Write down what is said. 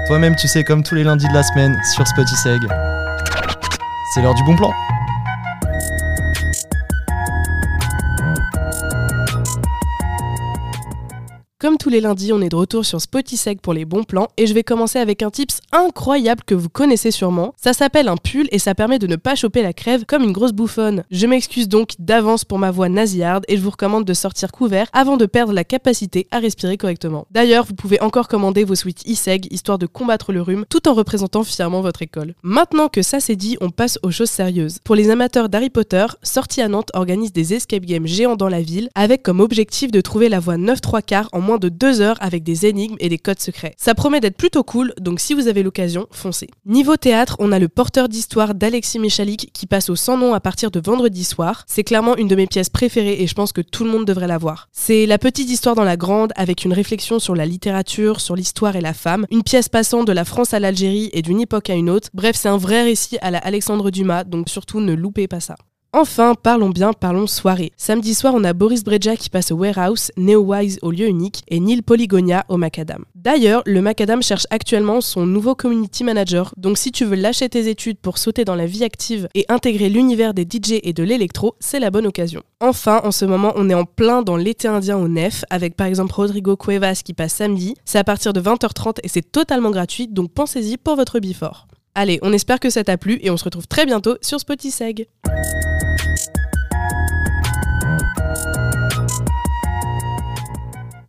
Toi-même, tu sais, comme tous les lundis de la semaine sur Spotiseg. C'est l'heure du bon plan. Comme tous les lundis, on est de retour sur Spotiseg pour les bons plans et je vais commencer avec un tips incroyable que vous connaissez sûrement. Ça s'appelle un pull et ça permet de ne pas choper la crève comme une grosse bouffonne. Je m'excuse donc d'avance pour ma voix nasillarde et je vous recommande de sortir couvert avant de perdre la capacité à respirer correctement. D'ailleurs, vous pouvez encore commander vos suites e-seg histoire de combattre le rhume tout en représentant fièrement votre école. Maintenant que ça c'est dit, on passe aux choses sérieuses. Pour les amateurs d'Harry Potter, Sortie à Nantes organise des escape games géants dans la ville avec comme objectif de trouver la voie 9/3 en moins de 2 heures avec des énigmes et des codes secrets. Ça promet d'être plutôt cool, donc si vous avez l'occasion, foncez. Niveau théâtre, on a le porteur d'histoire d'Alexis Michalik qui passe au Sans Nom à partir de vendredi soir. C'est clairement une de mes pièces préférées et je pense que tout le monde devrait la voir. C'est la petite histoire dans la grande avec une réflexion sur la littérature, sur l'histoire et la femme, une pièce passant de la France à l'Algérie et d'une époque à une autre. Bref, c'est un vrai récit à la Alexandre Dumas, donc surtout ne loupez pas ça. Enfin, parlons soirée. Samedi soir, on a Boris Brejcha qui passe au Warehouse, Neowise au Lieu Unique et Neil Polygonia au Macadam. D'ailleurs, le Macadam cherche actuellement son nouveau community manager, donc si tu veux lâcher tes études pour sauter dans la vie active et intégrer l'univers des DJ et de l'électro, c'est la bonne occasion. Enfin, en ce moment, on est en plein dans l'été indien au Nef, avec par exemple Rodrigo Cuevas qui passe samedi. C'est à partir de 20h30 et c'est totalement gratuit, donc pensez-y pour votre bifort. Allez, on espère que ça t'a plu et on se retrouve très bientôt sur Spotiseg.